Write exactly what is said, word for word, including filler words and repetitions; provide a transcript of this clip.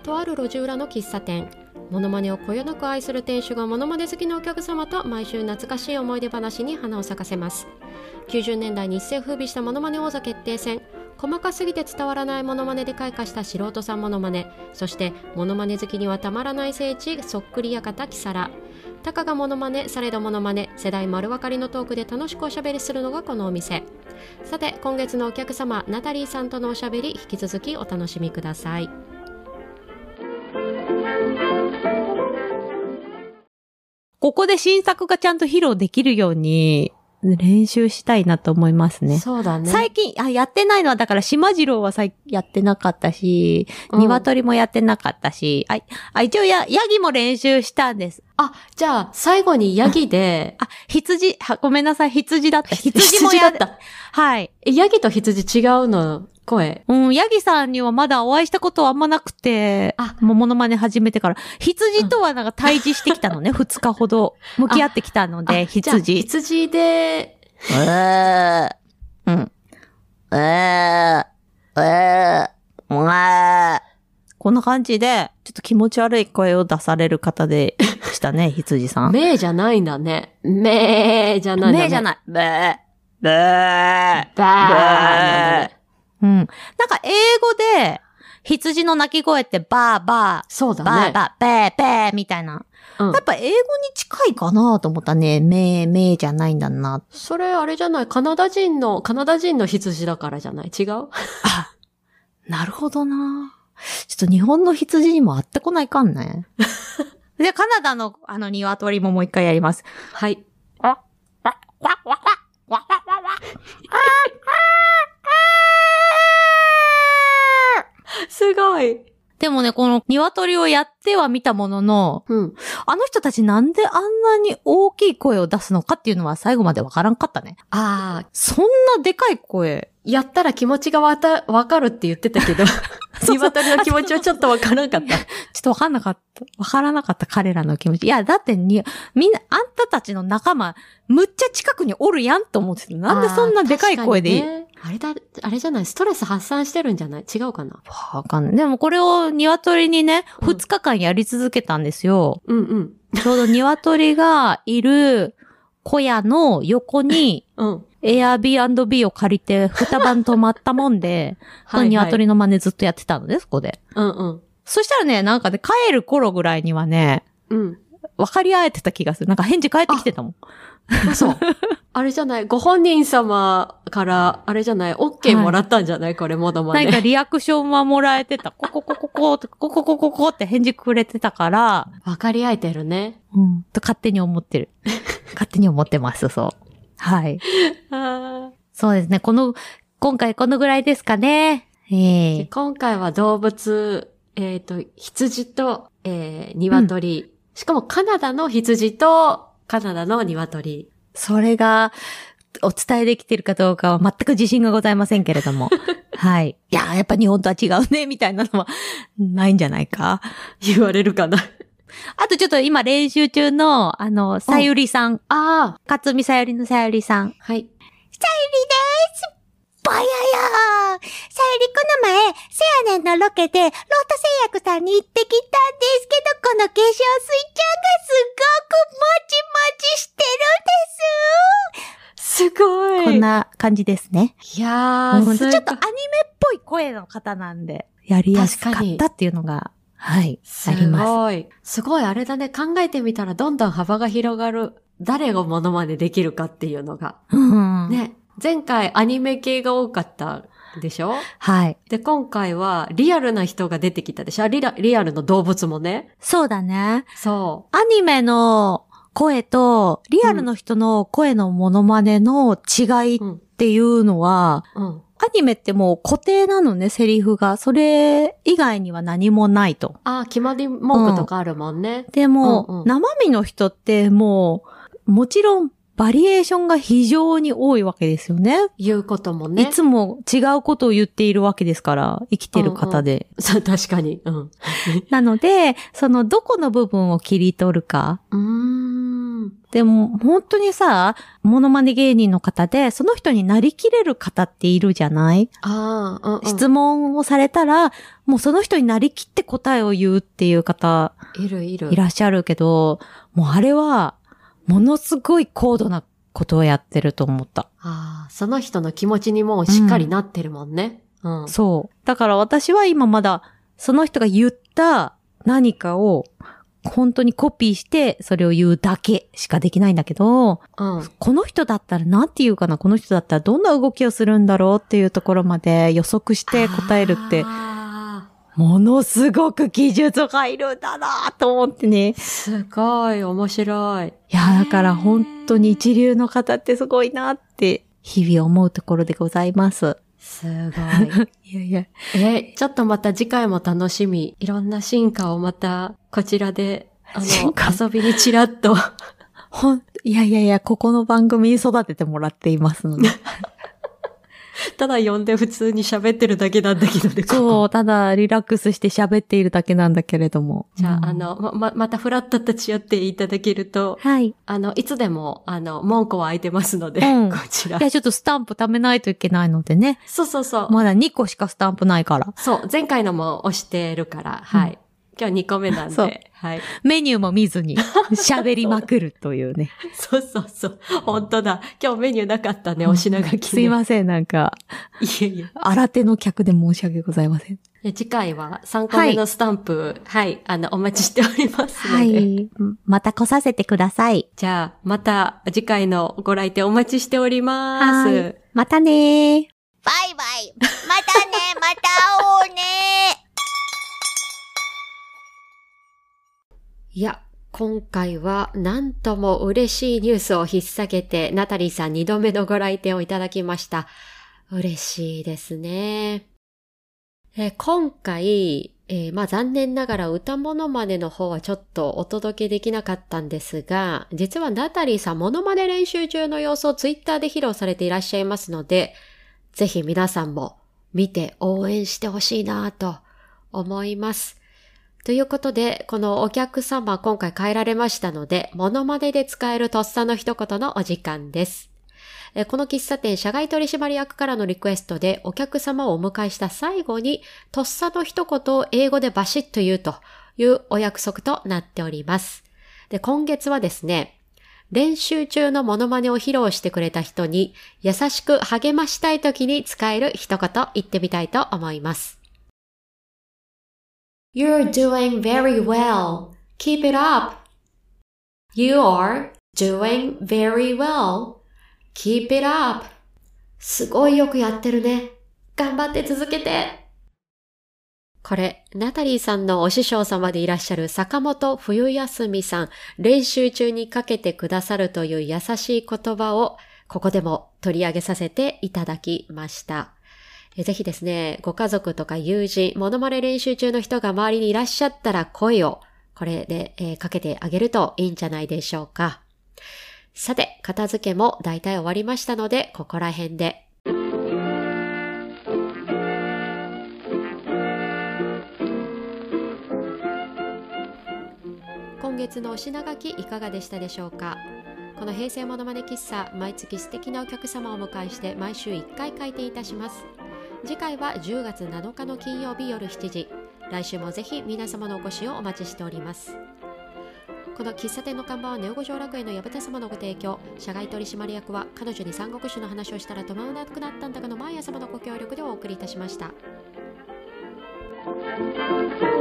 とある路地裏の喫茶店。モノマネをこよなく愛する店主がモノマネ好きのお客様と毎週懐かしい思い出話に花を咲かせます。きゅうじゅうねんだいに一世風靡したモノマネ王座決定戦。細かすぎて伝わらないモノマネで開花した素人さんモノマネ、そしてモノマネ好きにはたまらない聖地そっくり館キサラ。たかがモノマネされどモノマネ、世代丸分かりのトークで楽しくおしゃべりするのがこのお店。さて今月のお客様ナタリーさんとのおしゃべり、引き続きお楽しみください。 ここで新作がちゃんと披露できるように練習したいなと思いますね。 そうだね。 最近、あ、やってないのは、だから、島次郎はさやってなかったし、 うん、 鶏もやってなかったし、あ、あ一応や、ヤギも練習したんです。 あ、じゃあ、最後にヤギで、 あ、羊、は、ごめんなさい、羊だった。 羊もやった。 はい。 え、ヤギと羊違うの声。 うん、ヤギさんにはまだお会いしたことはあんまなくて、あ、もうモノマネ始めてから、羊とはなんか対峙してきたのね、二、うん、日ほど向き合ってきたので、羊。 羊で、えー、うん。えー、えー、えー、こんな感じで、ちょっと気持ち悪い声を出される方でしたね、羊さん。 めーじゃないんだね。めーじゃないんだね。 めーじゃない。べー、べー、 べー。 うん。なんか英語で、羊の鳴き声ってバーバー、 そうだね。 バーバー、ベーベーみたいな。うん、やっぱ英語に近いかなと思ったね。めー、めーじゃないんだな。 それあれじゃない、カナダ人の、カナダ人の羊だからじゃない、違うあ、なるほどな。ちょっと日本の羊にも合ってこないかんね。で、カナダのあの鶏ももう一回やります。 はい。 あ、わ、わ、わ、わ、わ、わ、わ、わ、 すごい。 でもね、この鶏をやっては見たものの、 うん、 あの人たちなんであんなに大きい声を出すのかっていうのは最後までわからんかったね。 ああ。 そんなでかい声。 やったら気持ちがわた、わかるって言ってたけど、鶏の気持ちはちょっとわからなかった。 ちょっとわかんなかった。わからなかった彼らの気持ち。いや、だってに、みんな、あんたたちの仲間、むっちゃ近くにおるやんと思ってた。なんでそんなでかい声でいい？ ね、あれだ、あれじゃない、ストレス発散してるんじゃない？違うかな？ わかんない。でもこれを鶏にね、二日間やり続けたんですよ。 うんうん。 ちょうど鶏がいる小屋の横に、うん。Airbnb を借りて二晩泊まったもんで、はいはい、鶏の真似ずっとやってたのね、そこで。 うんうん。 そしたらね、なんかね、帰る頃ぐらいにはね、うん。分かり合えてた気がする。なんか返事返ってきてたもん。 そう。あれじゃない、ご本人様から、あれじゃない、OK もらったんじゃない、はい、これものまね。 なんかリアクションはもらえてた。コココココって、コココココって返事くれてたから。 分かり合えてるね。 うん。と勝手に思ってる。勝手に思ってます、そう。はい。そうですね。この、今回このぐらいですかね。えー、 今回は動物、えっと、羊と、えー、鶏、うん。しかもカナダの羊とカナダの鶏。 それが、お伝えできてるかどうかは全く自信がございませんけれども。はい。いや、やっぱ日本とは違うね、みたいなのはないんじゃないか。 言われるかな。 あとちょっと今練習中の、あの、さゆりさん。 ああ。 かつみさゆりのさゆりさん。 はい。さゆりでーす。ぼやよー。さゆりこの前、せやねんのロケで、ロート製薬さんに行ってきたんですけど、この化粧水ちゃんがすごくもちもちしてるんです。 すごい。 こんな感じですね。 いやー、 ちょっとアニメっぽい声の方なんで、やりやすかったっていうのが、はい、あります。 すごい。すごい、あれだね。考えてみたらどんどん幅が広がる。誰がモノマネできるかっていうのが。 うん、 ね。前回アニメ系が多かったでしょ？ はい。 で、今回はリアルな人が出てきたでしょ？リラ、リアルの動物もね。 そうだね。 そう。 アニメの声とリアルの人の声のモノマネの違いっていうのは、うんうん、アニメってもう固定なのね、セリフが。それ以外には何もないと。 ああ、決まり文句とかあるもんね。 うん、でも、うんうん、生身の人ってもう、もちろんバリエーションが非常に多いわけですよね。 言うこともね。 いつも違うことを言っているわけですから、生きてる方で。 うんうん、そう、確かに。うん。 なので、そのどこの部分を切り取るか。 うーん。 。 でも、本当にさ、モノマネ芸人の方で、その人になりきれる方っているじゃない？ ああ、うんうん、 質問をされたら、もうその人になりきって答えを言うっていう方、 いるいる。 いらっしゃるけど、もうあれは、ものすごい高度なことをやってると思った。 ああ、その人の気持ちにもしっかりなってるもんね。うんうん、 そう。だから私は今まだ、その人が言った何かを、本当にコピーしてそれを言うだけしかできないんだけど、うん、この人だったらなんて言うかな、この人だったらどんな動きをするんだろうっていうところまで予測して答えるって、ものすごく技術がいるんだなと思ってね。 すごい面白い。 いや、だから本当に一流の方ってすごいなって日々思うところでございます。 すごい。いやいや。え、ちょっとまた次回も楽しみ。いろんな進化をまた、こちらで、あの、遊びにちらっと。 ほん、いやいやいや、ここの番組に育ててもらっていますので。 ただ呼んで普通に喋ってるだけなんだけどね。 そう、ただリラックスして喋っているだけなんだけれども。 じゃあ、うん、あの、ま、ま、またフラット立ち寄っていただけると。 はい。 あの、いつでも、あの、門戸は開いてますので、うん、こちら。 いや、ちょっとスタンプ貯めないといけないのでね。 そうそうそう。 まだにこしかスタンプないから。 そう、前回のも押してるから、はい。うん、今日にこめなんで、 そうはい。 メニューも見ずに喋りまくるというね。 そうそうそう。本当だ。今日メニューなかったね、お品書き、ね。 すいません、なんか。 いえいえ。 新手の客で申し訳ございません。 次回はさんこめのスタンプ、はい、はい、あの、お待ちしておりますので。はい。 また来させてください。 じゃあ、また次回のご来店お待ちしております。はい。 またねー。 バイバイ。またね、また会おうねー。 いや、今回はなんとも嬉しいニュースを引っ提げて、ナタリーさんにどめのご来店をいただきました。嬉しいですね。え今回、えー、まあ残念ながら歌モノマネの方はちょっとお届けできなかったんですが、実はナタリーさんモノマネ練習中の様子をツイッターで披露されていらっしゃいますので、ぜひ皆さんも見て応援してほしいなと思います。ということで、このお客様今回変えられましたので、モノマネで使えるとっさの一言のお時間です。この喫茶店社外取締役からのリクエストでお客様をお迎えした最後に、とっさの一言を英語でバシッと言うというお約束となっております。で、今月はですね、練習中のモノマネを披露してくれた人に優しく励ましたい時に使える一言言ってみたいと思います。You're doing very well. Keep it up. You are doing very well.Keep it up. すごいよくやってるね。頑張って続けて。これ、ナタリーさんのお師匠様でいらっしゃる坂本冬休みさん、練習中にかけてくださるという優しい言葉を、ここでも取り上げさせていただきました。ぜひですね、ご家族とか友人、モノマネ練習中の人が周りにいらっしゃったら声を、これで、えー、かけてあげるといいんじゃないでしょうか。さて、片付けも大体終わりましたので、ここら辺で。今月のお品書きいかがでしたでしょうか。この平成モノマネ喫茶、毎月素敵なお客様をお迎えして毎週いっかい開店いたします。次回はじゅうがつなのかの金曜日夜しちじ。来週もぜひ皆様のお越しをお待ちしております。この喫茶店の看板はネオ五条楽園の矢蓋様のご提供、社外取締役は彼女に三国志の話をしたら止まらなくなったんだかのマーヤ様のご協力でお送りいたしました。